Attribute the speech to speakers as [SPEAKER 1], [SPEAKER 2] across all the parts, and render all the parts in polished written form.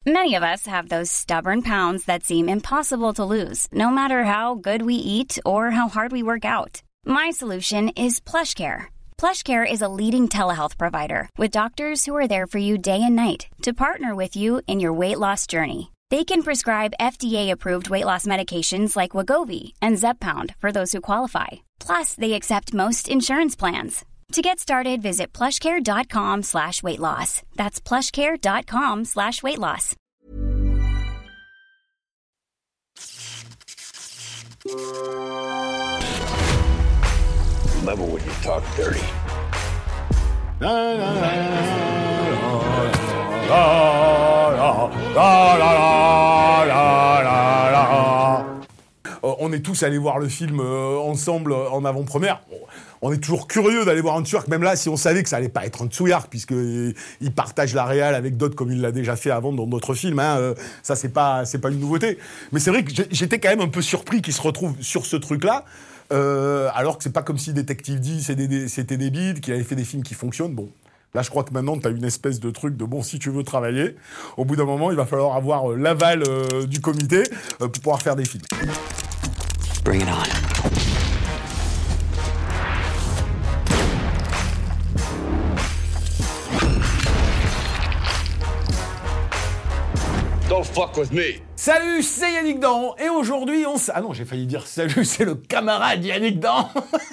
[SPEAKER 1] Many of us have those stubborn pounds that seem impossible to lose, no matter how good we eat or how hard we work out. My solution is PlushCare. PlushCare is a leading telehealth provider with doctors who are there for you day and night to partner with you in your weight loss journey. They can prescribe FDA-approved weight loss medications like Wegovy and Zepbound for those who qualify. Plus, they accept most insurance plans. To get started, visit plushcare.com/weightloss. That's plushcare.com/weightloss.
[SPEAKER 2] Love it when you talk dirty.
[SPEAKER 3] On est tous allés voir le film ensemble en avant-première. On est toujours curieux d'aller voir un Turc, même là, si on savait que ça allait pas être un Tsuyark, puisqu'il partage la réal avec d'autres, comme il l'a déjà fait avant dans d'autres films. Ça, c'est pas une nouveauté. Mais c'est vrai que j'étais quand même un peu surpris qu'il se retrouve sur ce truc-là, alors que c'est pas comme si Détective D, c'était des bides, qu'il avait fait des films qui fonctionnent. Bon. Là, je crois que maintenant, tu as une espèce de truc de bon, si tu veux travailler, au bout d'un moment, il va falloir avoir l'aval du comité pour pouvoir faire des films.
[SPEAKER 2] Bring it on. Don't fuck with me.
[SPEAKER 3] Salut, c'est Yannick Dan, et aujourd'hui, Ah non, j'ai failli dire salut, c'est le camarade Yannick Dan.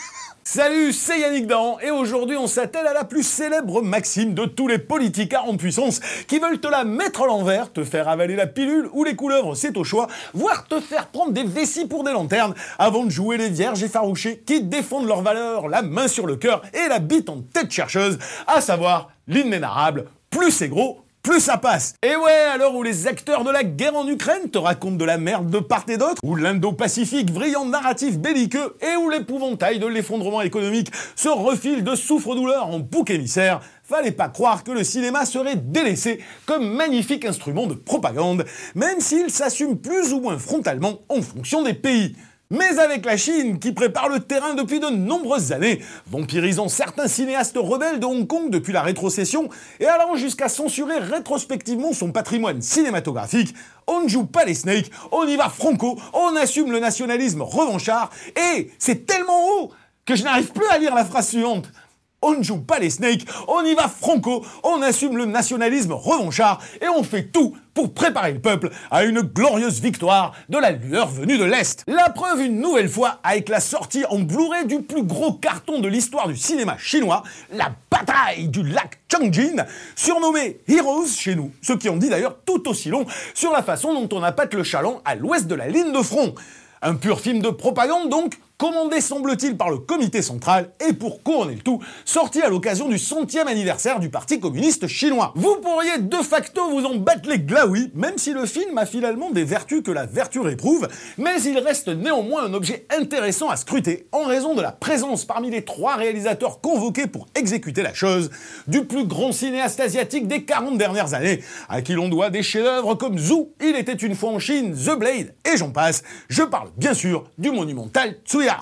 [SPEAKER 3] Salut, c'est Yannick Dan, et aujourd'hui on s'attelle à la plus célèbre maxime de tous les politicards en puissance qui veulent te la mettre à l'envers, te faire avaler la pilule ou les couleuvres, c'est au choix, voire te faire prendre des vessies pour des lanternes avant de jouer les vierges effarouchées qui défendent leurs valeurs, la main sur le cœur et la bite en tête chercheuse, à savoir l'inénarrable, plus c'est gros, plus ça passe. Et ouais, à l'heure où les acteurs de la guerre en Ukraine te racontent de la merde de part et d'autre, où l'Indo-Pacifique vrille en narratif belliqueux et où l'épouvantail de l'effondrement économique se refile de souffre-douleur en bouc émissaire, fallait pas croire que le cinéma serait délaissé comme magnifique instrument de propagande, même s'il s'assume plus ou moins frontalement en fonction des pays. Mais avec la Chine, qui prépare le terrain depuis de nombreuses années, vampirisant certains cinéastes rebelles de Hong Kong depuis la rétrocession et allant jusqu'à censurer rétrospectivement son patrimoine cinématographique, on ne joue pas les snakes, on y va franco, on assume le nationalisme revanchard, et c'est tellement haut que je n'arrive plus à lire la phrase suivante. On ne joue pas les snakes, on y va franco, on assume le nationalisme revanchard et on fait tout pour préparer le peuple à une glorieuse victoire de la lueur venue de l'Est. La preuve une nouvelle fois avec la sortie en Blu-ray du plus gros carton de l'histoire du cinéma chinois, la bataille du lac Changjin, surnommé Heroes chez nous, ce qui en dit d'ailleurs tout aussi long sur la façon dont on appâte le chaland à l'ouest de la ligne de front. Un pur film de propagande donc, commandé semble-t-il par le comité central et pour couronner le tout, sorti à l'occasion du 100e anniversaire du Parti communiste chinois. Vous pourriez de facto vous en battre les glaouis, même si le film a finalement des vertus que la vertu réprouve, mais il reste néanmoins un objet intéressant à scruter en raison de la présence parmi les 3 réalisateurs convoqués pour exécuter la chose, du plus grand cinéaste asiatique des 40 dernières années, à qui l'on doit des chefs-d'œuvre comme Zou, Il était une fois en Chine, The Blade et j'en passe. Je parle bien sûr du monumental Tsuyark.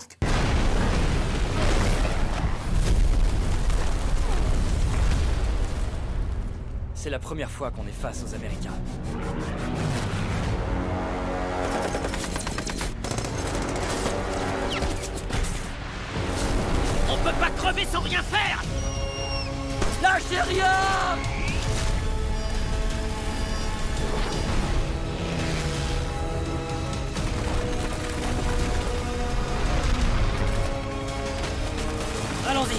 [SPEAKER 4] C'est la première fois qu'on est face aux Américains.
[SPEAKER 5] On peut pas crever sans rien faire! Lâchez rien! Allons-y.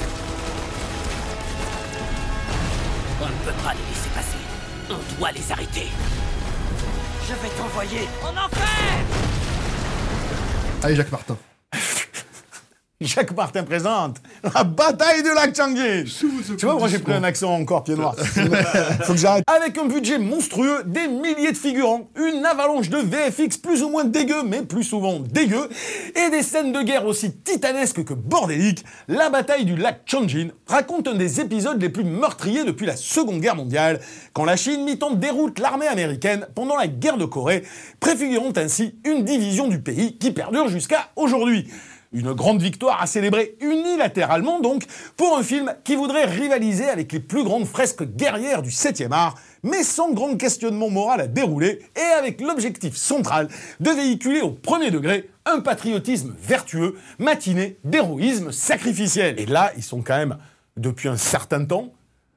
[SPEAKER 5] On ne peut pas les laisser passer. On doit les arrêter. Je vais t'envoyer en enfer!
[SPEAKER 6] Allez, Jacques Martin.
[SPEAKER 3] Jacques Martin présente la bataille du lac Changjin. Tu vois, moi j'ai pris un accent encore pied noir. Faut que j'arrête. Avec un budget monstrueux, des milliers de figurants, une avalanche de VFX plus ou moins dégueu, mais plus souvent dégueu, et des scènes de guerre aussi titanesques que bordéliques, la bataille du lac Changjin raconte un des épisodes les plus meurtriers depuis la Seconde Guerre mondiale, quand la Chine mit en déroute l'armée américaine pendant la guerre de Corée, préfigurant ainsi une division du pays qui perdure jusqu'à aujourd'hui. Une grande victoire à célébrer unilatéralement donc pour un film qui voudrait rivaliser avec les plus grandes fresques guerrières du 7e art, mais sans grand questionnement moral à dérouler et avec l'objectif central de véhiculer au premier degré un patriotisme vertueux, matiné d'héroïsme sacrificiel. Et là, ils sont quand même, depuis un certain temps,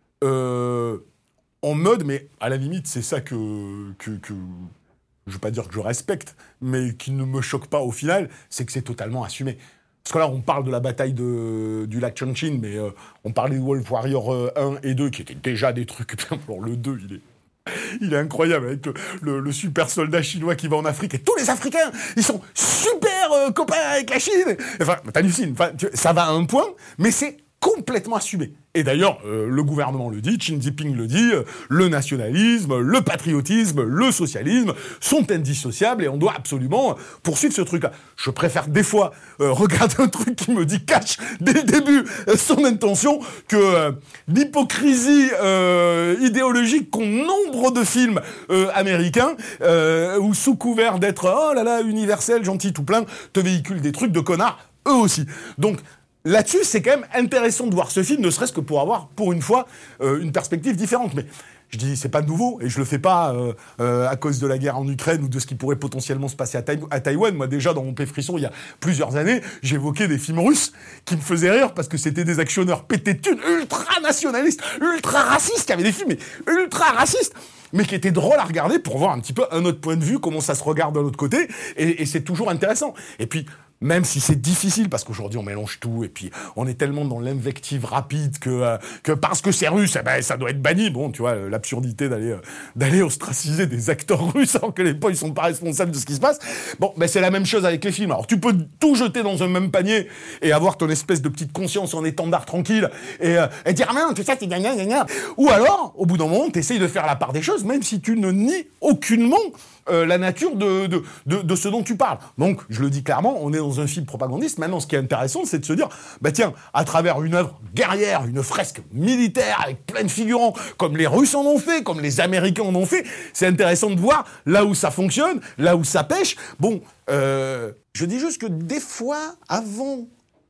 [SPEAKER 3] en mode, mais à la limite, c'est ça que je veux pas dire que je respecte, mais qui ne me choque pas au final, c'est que c'est totalement assumé. Parce que là, on parle de la bataille du lac Chongqing, mais on parlait de Wolf Warrior 1 et 2, qui étaient déjà des trucs... Alors, le 2, il est incroyable, avec le super soldat chinois qui va en Afrique, et tous les Africains, ils sont super copains avec la Chine. Enfin, t'hallucines, enfin, ça va à un point, mais c'est complètement assumé. Et d'ailleurs, le gouvernement le dit, Xi Jinping le dit, le nationalisme, le patriotisme, le socialisme sont indissociables et on doit absolument poursuivre ce truc-là. Je préfère des fois regarder un truc qui me dit cache dès le début son intention que l'hypocrisie idéologique qu'ont nombre de films américains où sous couvert d'être oh là là universel, gentil, tout plein, te véhiculent des trucs de connards eux aussi. Donc là-dessus, c'est quand même intéressant de voir ce film, ne serait-ce que pour avoir, pour une fois, une perspective différente. Mais je dis, c'est pas nouveau, et je le fais pas à cause de la guerre en Ukraine ou de ce qui pourrait potentiellement se passer à Taïwan. Moi, déjà, dans mon P Frisson, il y a plusieurs années, j'évoquais des films russes qui me faisaient rire parce que c'était des actionneurs pétés de thunes, ultra-nationalistes, ultra-racistes, qui avaient des films ultra-racistes, mais qui étaient drôles à regarder pour voir un petit peu un autre point de vue, comment ça se regarde de l'autre côté, et c'est toujours intéressant. Et puis, même si c'est difficile, parce qu'aujourd'hui on mélange tout, et puis on est tellement dans l'invective rapide que parce que c'est russe, eh ben, ça doit être banni. Bon, tu vois, l'absurdité d'aller ostraciser des acteurs russes alors que les pauvres ils sont pas responsables de ce qui se passe. Bon, ben c'est la même chose avec les films. Alors tu peux tout jeter dans un même panier et avoir ton espèce de petite conscience en étendard tranquille et dire ah non, tout ça c'est gna gna gna. Ou alors, au bout d'un moment, t'essayes de faire la part des choses, même si tu ne nies aucunement la nature de ce dont tu parles. Donc, je le dis clairement, on est dans un film propagandiste. Maintenant, ce qui est intéressant, c'est de se dire, bah tiens, à travers une œuvre guerrière, une fresque militaire avec plein de figurants, comme les Russes en ont fait, comme les Américains en ont fait, c'est intéressant de voir là où ça fonctionne, là où ça pêche. Bon, je dis juste que des fois, avant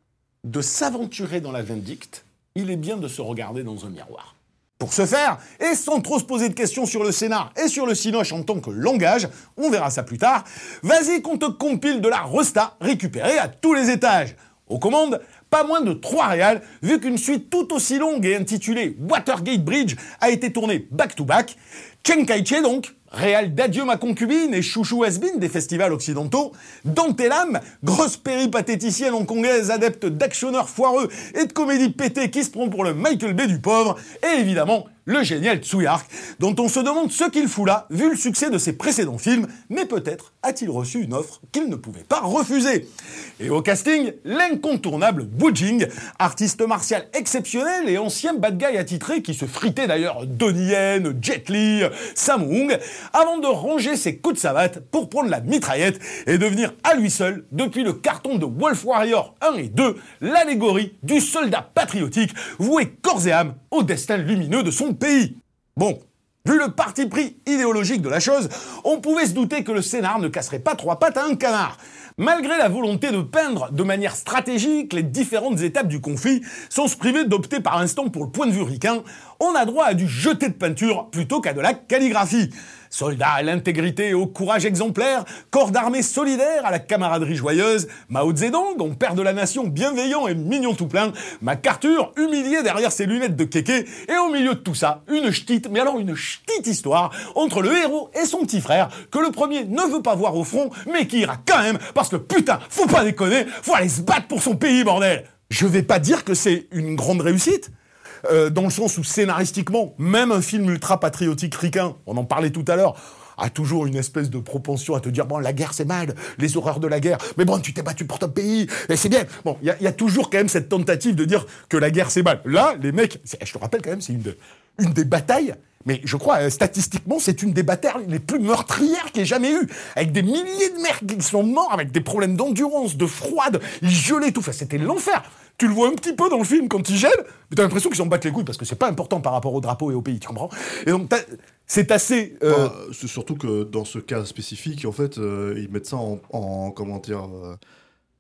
[SPEAKER 3] de s'aventurer dans la vindicte, il est bien de se regarder dans un miroir. Pour ce faire, et sans trop se poser de questions sur le scénar et sur le cinoche en tant que langage, on verra ça plus tard, vas-y qu'on te compile de la resta récupérée à tous les étages. Aux commandes, pas moins de 3 réals, vu qu'une suite tout aussi longue et intitulée Watergate Bridge a été tournée back-to-back. Chen Kai-che donc, réal d'Adieu ma concubine et Chouchou has-been des festivals occidentaux, Dante Lam, grosse péripatéticienne hongkongaise adepte d'actionneurs foireux et de comédie pétée qui se prend pour le Michael Bay du pauvre, et évidemment le génial Tsuyark, dont on se demande ce qu'il fout là, vu le succès de ses précédents films, mais peut-être a-t-il reçu une offre qu'il ne pouvait pas refuser. Et au casting, l'incontournable Wu Jing, artiste martial exceptionnel et ancien bad guy attitré qui se fritait d'ailleurs Donnie Yen, Jet Li, Sammo Hung, avant de ranger ses coups de savate pour prendre la mitraillette et devenir à lui seul, depuis le carton de Wolf Warrior 1 et 2, l'allégorie du soldat patriotique voué corps et âme au destin lumineux de son pays. Bon, vu le parti pris idéologique de la chose, on pouvait se douter que le scénar ne casserait pas 3 pattes à un canard. Malgré la volonté de peindre de manière stratégique les différentes étapes du conflit, sans se priver d'opter par instant pour le point de vue ricain, on a droit à du jeté de peinture plutôt qu'à de la calligraphie. Soldats à l'intégrité et au courage exemplaire, corps d'armée solidaire à la camaraderie joyeuse, Mao Zedong, on père de la nation bienveillant et mignon tout plein, MacArthur humilié derrière ses lunettes de kéké, et au milieu de tout ça, une ch'tite, mais alors une ch'tite histoire, entre le héros et son petit frère, que le premier ne veut pas voir au front, mais qui ira quand même, parce que putain, faut pas déconner, faut aller se battre pour son pays, bordel! Je vais pas dire que c'est une grande réussite, dans le sens où scénaristiquement, même un film ultra-patriotique ricain, on en parlait tout à l'heure, a toujours une espèce de propension à te dire, bon, la guerre c'est mal, les horreurs de la guerre, mais bon, tu t'es battu pour ton pays, et c'est bien. Bon, il y a toujours quand même cette tentative de dire que la guerre c'est mal. Là, les mecs, je te rappelle quand même, c'est une des batailles, mais je crois, statistiquement, c'est une des batailles les plus meurtrières qu'il y ait jamais eu. Avec des milliers de mecs qui sont morts, avec des problèmes d'endurance, de froid, ils gelaient tout. Enfin, c'était l'enfer. Tu le vois un petit peu dans le film quand ils gèlent, mais t'as l'impression qu'ils s'en battent les couilles parce que c'est pas important par rapport au drapeau et au pays, tu comprends? Et donc, c'est assez...
[SPEAKER 6] C'est surtout que dans ce cas spécifique, en fait, ils mettent ça en comment dire...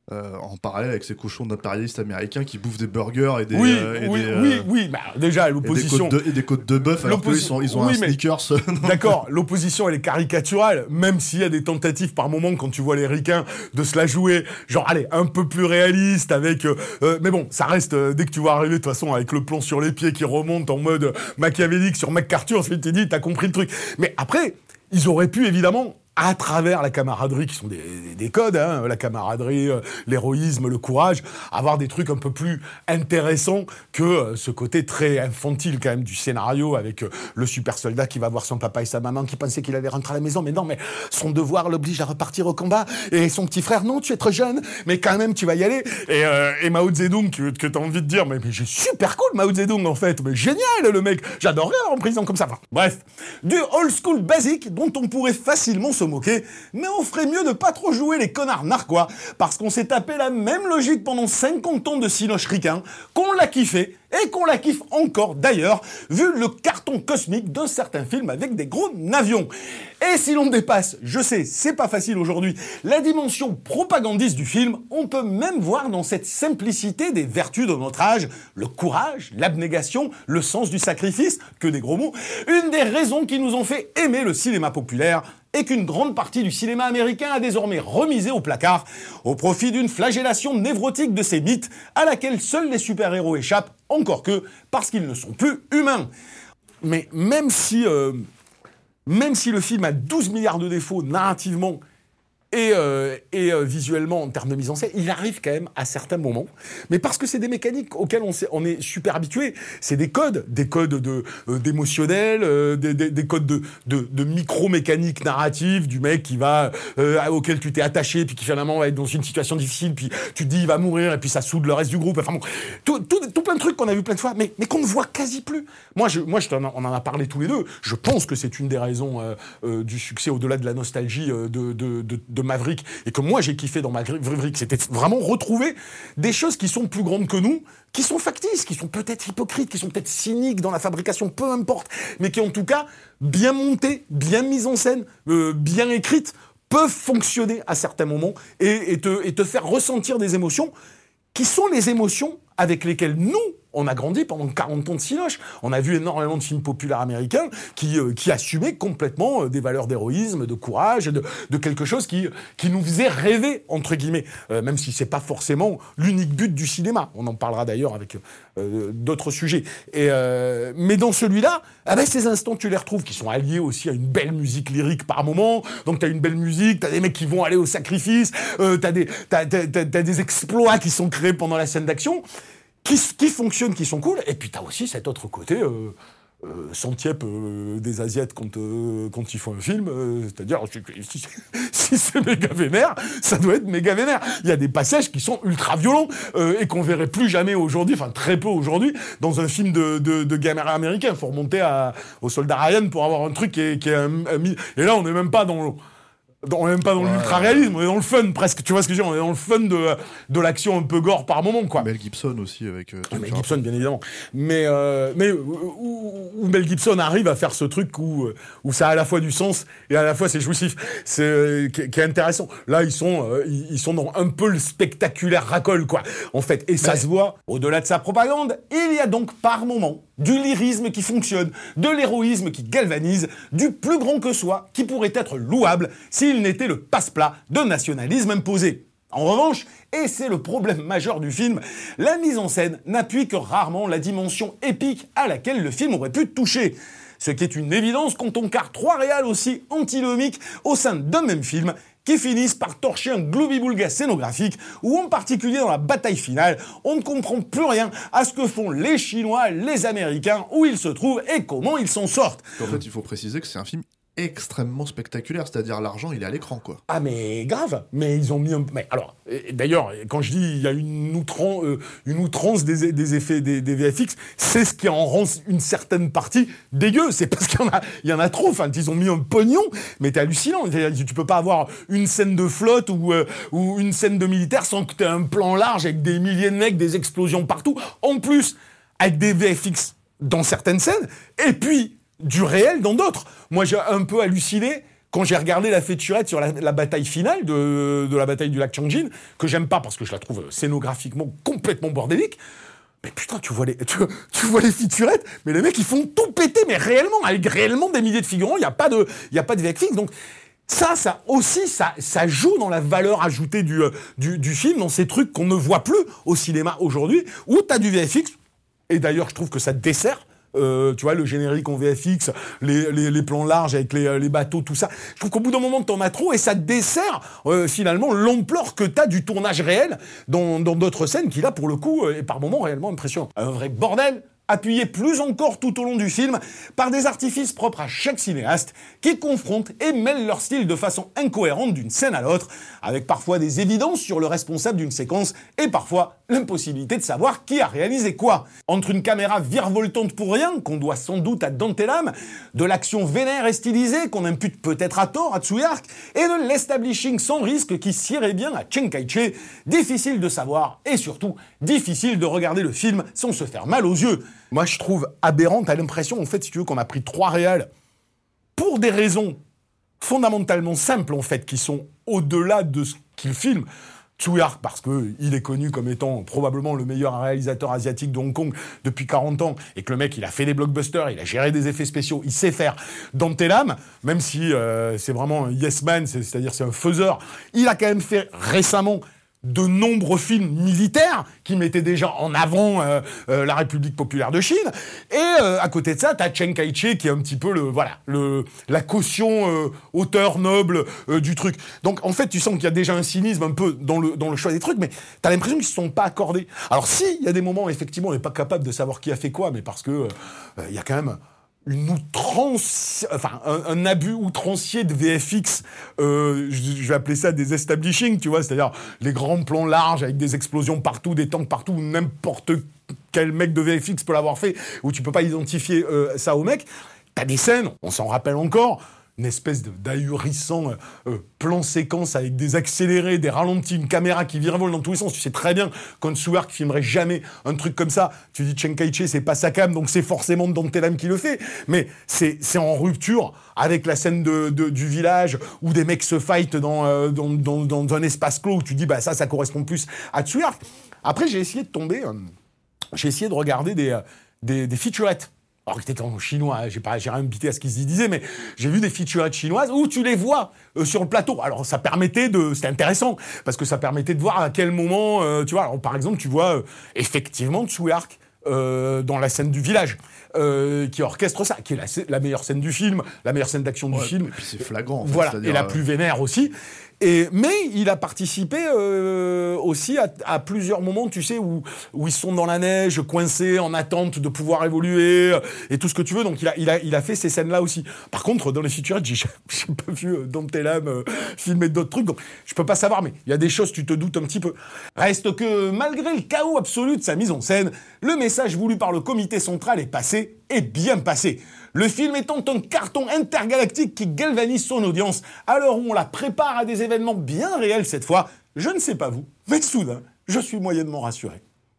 [SPEAKER 6] en parallèle avec ces cochons d'impérialistes américains qui bouffent des burgers et des
[SPEAKER 3] oui. Bah, déjà l'opposition
[SPEAKER 6] et des côtes de bœuf alors qu'ils ils ont un sneakers.
[SPEAKER 3] D'accord, l'opposition elle est caricaturale, même s'il y a des tentatives par moment quand tu vois les ricains de se la jouer, genre allez un peu plus réaliste avec, mais bon ça reste dès que tu vois arriver de toute façon avec le plan sur les pieds qui remonte en mode machiavélique sur MacArthur, tu t'es dit t'as compris le truc. Mais après ils auraient pu évidemment à travers la camaraderie, qui sont des codes, hein, la camaraderie, l'héroïsme, le courage, avoir des trucs un peu plus intéressants que ce côté très infantile quand même du scénario, avec le super soldat qui va voir son papa et sa maman qui pensaient qu'il allait rentrer à la maison, mais non, mais son devoir l'oblige à repartir au combat, et son petit frère, non, tu es trop jeune, mais quand même tu vas y aller, et Mao Zedong, que t'as envie de dire, mais j'ai super cool Mao Zedong en fait, mais génial le mec, j'adorerais avoir en prison comme ça, enfin, bref, du old school basique dont on pourrait facilement se moquer, mais on ferait mieux de pas trop jouer les connards narquois, parce qu'on s'est tapé la même logique pendant 50 ans de cinoche ricain, qu'on l'a kiffé, et qu'on la kiffe encore d'ailleurs, vu le carton cosmique d'un certain film avec des gros navions. Et si l'on dépasse, je sais, c'est pas facile aujourd'hui, la dimension propagandiste du film, on peut même voir dans cette simplicité des vertus de notre âge, le courage, l'abnégation, le sens du sacrifice, que des gros mots, une des raisons qui nous ont fait aimer le cinéma populaire, et qu'une grande partie du cinéma américain a désormais remisé au placard, au profit d'une flagellation névrotique de ces mythes à laquelle seuls les super-héros échappent, encore que parce qu'ils ne sont plus humains. Mais même si le film a 12 milliards de défauts narrativement et visuellement en termes de mise en scène, il arrive quand même à certains moments, mais parce que c'est des mécaniques auxquelles on est super habitué, c'est des codes d'émotionnel, des codes de micro-mécanique narrative du mec qui va auquel tu t'es attaché, puis qui finalement va être dans une situation difficile, puis tu te dis il va mourir, et puis ça soude le reste du groupe, enfin bon, tout plein de trucs qu'on a vu plein de fois, mais qu'on ne voit quasi plus. Moi on en a parlé tous les deux, je pense que c'est une des raisons du succès au-delà de la nostalgie de Maverick, et que moi j'ai kiffé dans Maverick, c'était vraiment retrouver des choses qui sont plus grandes que nous, qui sont factices, qui sont peut-être hypocrites, qui sont peut-être cyniques dans la fabrication, peu importe, mais qui en tout cas, bien montées, bien mises en scène, bien écrites, peuvent fonctionner à certains moments et te faire ressentir des émotions qui sont les émotions avec lesquelles nous, on a grandi pendant 40 ans de cinoche. On a vu énormément de films populaires américains qui assumaient complètement des valeurs d'héroïsme, de courage, de quelque chose qui nous faisait rêver, entre guillemets, même si c'est pas forcément l'unique but du cinéma. On en parlera d'ailleurs avec d'autres sujets. Mais dans celui-là, ces instants, tu les retrouves, qui sont alliés aussi à une belle musique lyrique par moment. Donc t'as une belle musique, t'as des mecs qui vont aller au sacrifice, t'as des exploits qui sont créés pendant la scène d'action, qui fonctionnent, qui sont cool, et puis t'as aussi cet autre côté Santiep des Asiates quand ils font un film, c'est-à-dire si c'est méga vénère, ça doit être méga vénère. Il y a des passages qui sont ultra violents et qu'on verrait plus jamais aujourd'hui, enfin très peu aujourd'hui, dans un film de gamins américains. Il faut remonter au Soldat Ryan pour avoir un truc qui est et là on n'est même pas dans l'ultra-réalisme, on est dans le fun presque, tu vois ce que je veux dire, on est dans le fun de l'action un peu gore par moment, quoi.
[SPEAKER 6] Mel Gibson aussi avec...
[SPEAKER 3] Mel Gibson, bien évidemment. Mais où Mel Gibson arrive à faire ce truc où ça a à la fois du sens et à la fois c'est jouissif, qui est intéressant. Là, ils sont dans un peu le spectaculaire racole, quoi, en fait. Et ça se voit, au-delà de sa propagande, il y a donc par moment du lyrisme qui fonctionne, de l'héroïsme qui galvanise, du plus grand que soi qui pourrait être louable s'il n'était le passe-plat de nationalisme imposé. En revanche, et c'est le problème majeur du film, la mise en scène n'appuie que rarement la dimension épique à laquelle le film aurait pu toucher. Ce qui est une évidence quand on carre 3 réals aussi antinomiques au sein d'un même film, qui finissent par torcher un gloobie-boulga scénographique où, en particulier dans la bataille finale, on ne comprend plus rien à ce que font les Chinois, les Américains, où ils se trouvent et comment ils s'en sortent.
[SPEAKER 6] En fait, il faut préciser que c'est un film extrêmement spectaculaire, c'est-à-dire l'argent, il est à l'écran, quoi.
[SPEAKER 3] Ah mais grave, mais ils ont mis mais alors, d'ailleurs, quand je dis il y a une outrance des effets des VFX, c'est ce qui en rend une certaine partie dégueu, c'est parce qu'il y en a trop, enfin, ils ont mis un pognon, mais t'es hallucinant, tu peux pas avoir une scène de flotte ou une scène de militaire sans que t'aies un plan large avec des milliers de mecs, des explosions partout, en plus, avec des VFX dans certaines scènes, et puis du réel dans d'autres. Moi, j'ai un peu halluciné quand j'ai regardé la featurette sur la bataille finale de la bataille du lac Changjin, que j'aime pas parce que je la trouve scénographiquement complètement bordélique, mais putain, tu vois les featurettes, mais les mecs, ils font tout péter, mais réellement, avec réellement des milliers de figurants, il n'y a pas de VFX, donc ça aussi, ça joue dans la valeur ajoutée du film, dans ces trucs qu'on ne voit plus au cinéma aujourd'hui, où t'as du VFX, et d'ailleurs, je trouve que ça dessert. Tu vois, le générique en VFX, les plans larges avec les bateaux, tout ça. Je trouve qu'au bout d'un moment, t'en as trop et ça dessert finalement l'ampleur que t'as du tournage réel dans d'autres scènes qui, là, pour le coup, est par moments réellement impressionnant. Un vrai bordel, appuyé plus encore tout au long du film par des artifices propres à chaque cinéaste qui confrontent et mêlent leur style de façon incohérente d'une scène à l'autre, avec parfois des évidences sur le responsable d'une séquence et parfois l'impossibilité de savoir qui a réalisé quoi. Entre une caméra virevoltante pour rien, qu'on doit sans doute à Dante Lam, de l'action vénère et stylisée qu'on impute peut-être à tort à Tsuyark, et de l'establishing sans risque qui siérait bien à Chen Kai-che, difficile de savoir et surtout difficile de regarder le film sans se faire mal aux yeux. Moi, je trouve aberrant, t'as l'impression, en fait, si tu veux, qu'on a pris 3 réals pour des raisons fondamentalement simples, en fait, qui sont au-delà de ce qu'il filme. Tsuyark, parce qu'il est connu comme étant probablement le meilleur réalisateur asiatique de Hong Kong depuis 40 ans, et que le mec, il a fait des blockbusters, il a géré des effets spéciaux, il sait faire. Dante Lam, même si c'est vraiment un yes man, c'est-à-dire c'est un faiseur, il a quand même fait récemment de nombreux films militaires qui mettaient déjà en avant la République populaire de Chine. Et à côté de ça, t'as Chen Kai-che qui est un petit peu la caution auteur noble du truc. Donc en fait, tu sens qu'il y a déjà un cynisme un peu dans le choix des trucs, mais t'as l'impression qu'ils se sont pas accordés. Alors si, il y a des moments, effectivement, on n'est pas capable de savoir qui a fait quoi, mais parce que il y a quand même un abus outrancier de VFX, je vais appeler ça des establishing, tu vois, c'est-à-dire les grands plans larges avec des explosions partout, des tanks partout, où n'importe quel mec de VFX peut l'avoir fait, où tu peux pas identifier ça au mec. T'as des scènes, on s'en rappelle encore, une espèce d'ahurissant plan séquence avec des accélérés, des ralentis, une caméra qui virevolte dans tous les sens. Tu sais très bien qu'un Tsuyark filmerait jamais un truc comme ça. Tu dis Chen Kai-che, c'est pas sa cam, donc c'est forcément Dante Lam qui le fait. Mais c'est en rupture avec la scène du village où des mecs se fightent dans un espace clos où tu dis bah ça correspond plus à Tsuyark. Après j'ai essayé de regarder des featurettes. Alors que c'était en chinois, j'ai rien bité à ce qu'ils y disaient, mais j'ai vu des featurettes chinoises où tu les vois sur le plateau. Alors c'était intéressant, parce que ça permettait de voir à quel moment, tu vois, alors par exemple, tu vois effectivement Tsuyark dans la scène du village, qui orchestre ça, qui est la meilleure scène du film, la meilleure scène d'action du film.
[SPEAKER 6] Et puis c'est flagrant. En fait,
[SPEAKER 3] voilà, et la plus vénère aussi. Mais il a participé aussi à plusieurs moments, tu sais, où ils sont dans la neige, coincés, en attente de pouvoir évoluer, et tout ce que tu veux. Donc il a fait ces scènes-là aussi. Par contre, dans les featurettes, j'ai pas vu Dante Lam filmer d'autres trucs, donc je peux pas savoir, mais il y a des choses, tu te doutes un petit peu. Reste que, malgré le chaos absolu de sa mise en scène, le message voulu par le comité central est passé, et bien passé. Le film étant un carton intergalactique qui galvanise son audience, à l'heure où on la prépare à des événements bien réels cette fois, je ne sais pas vous, mais soudain, je suis moyennement rassuré.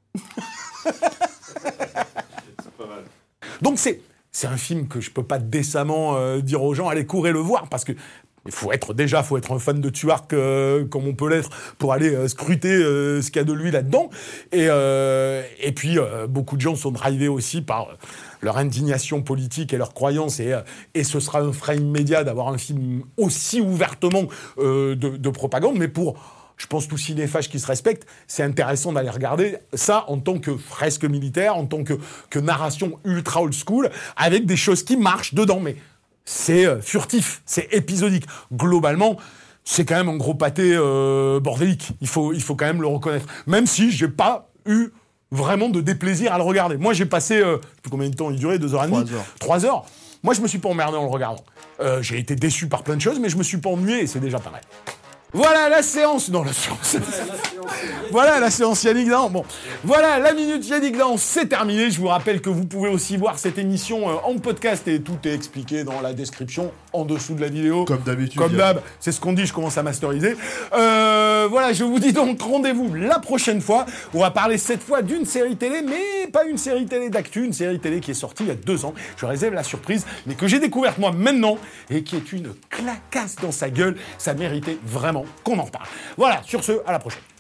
[SPEAKER 3] Donc c'est un film que je peux pas décemment dire aux gens, allez, courez le voir, parce que il faut être un fan de Tsuyark comme on peut l'être pour aller scruter ce qu'il y a de lui là-dedans. Et puis, beaucoup de gens sont drivés aussi par leur indignation politique et leurs croyances. Et ce sera un frein immédiat d'avoir un film aussi ouvertement de propagande. Mais pour, je pense, tout cinéphage qui se respecte, c'est intéressant d'aller regarder ça en tant que fresque militaire, en tant que narration ultra old school, avec des choses qui marchent dedans. Mais c'est furtif, c'est épisodique. Globalement, c'est quand même un gros pâté bordélique. Il faut quand même le reconnaître. Même si j'ai pas eu vraiment de déplaisir à le regarder. Moi, j'ai passé, je sais plus combien de temps il durait, 2h30 3 heures. Moi, je me suis pas emmerdé en le regardant. J'ai été déçu par plein de choses, mais je me suis pas ennuyé et c'est déjà pas mal. Voilà la séance. Non, la séance. Voilà la séance Yannick Dan. Bon, voilà la minute Yannick Dan, c'est terminé. Je vous rappelle que vous pouvez aussi voir cette émission en podcast et tout est expliqué dans la description en dessous de la vidéo.
[SPEAKER 6] Comme d'habitude.
[SPEAKER 3] Comme d'hab, c'est ce qu'on dit, je commence à masteriser. Voilà, je vous dis donc rendez-vous la prochaine fois. On va parler cette fois d'une série télé, mais pas une série télé d'actu, une série télé qui est sortie il y a 2 ans. Je réserve la surprise, mais que j'ai découverte moi maintenant et qui est une clacasse dans sa gueule. Ça méritait vraiment qu'on en reparle. Voilà, sur ce, à la prochaine.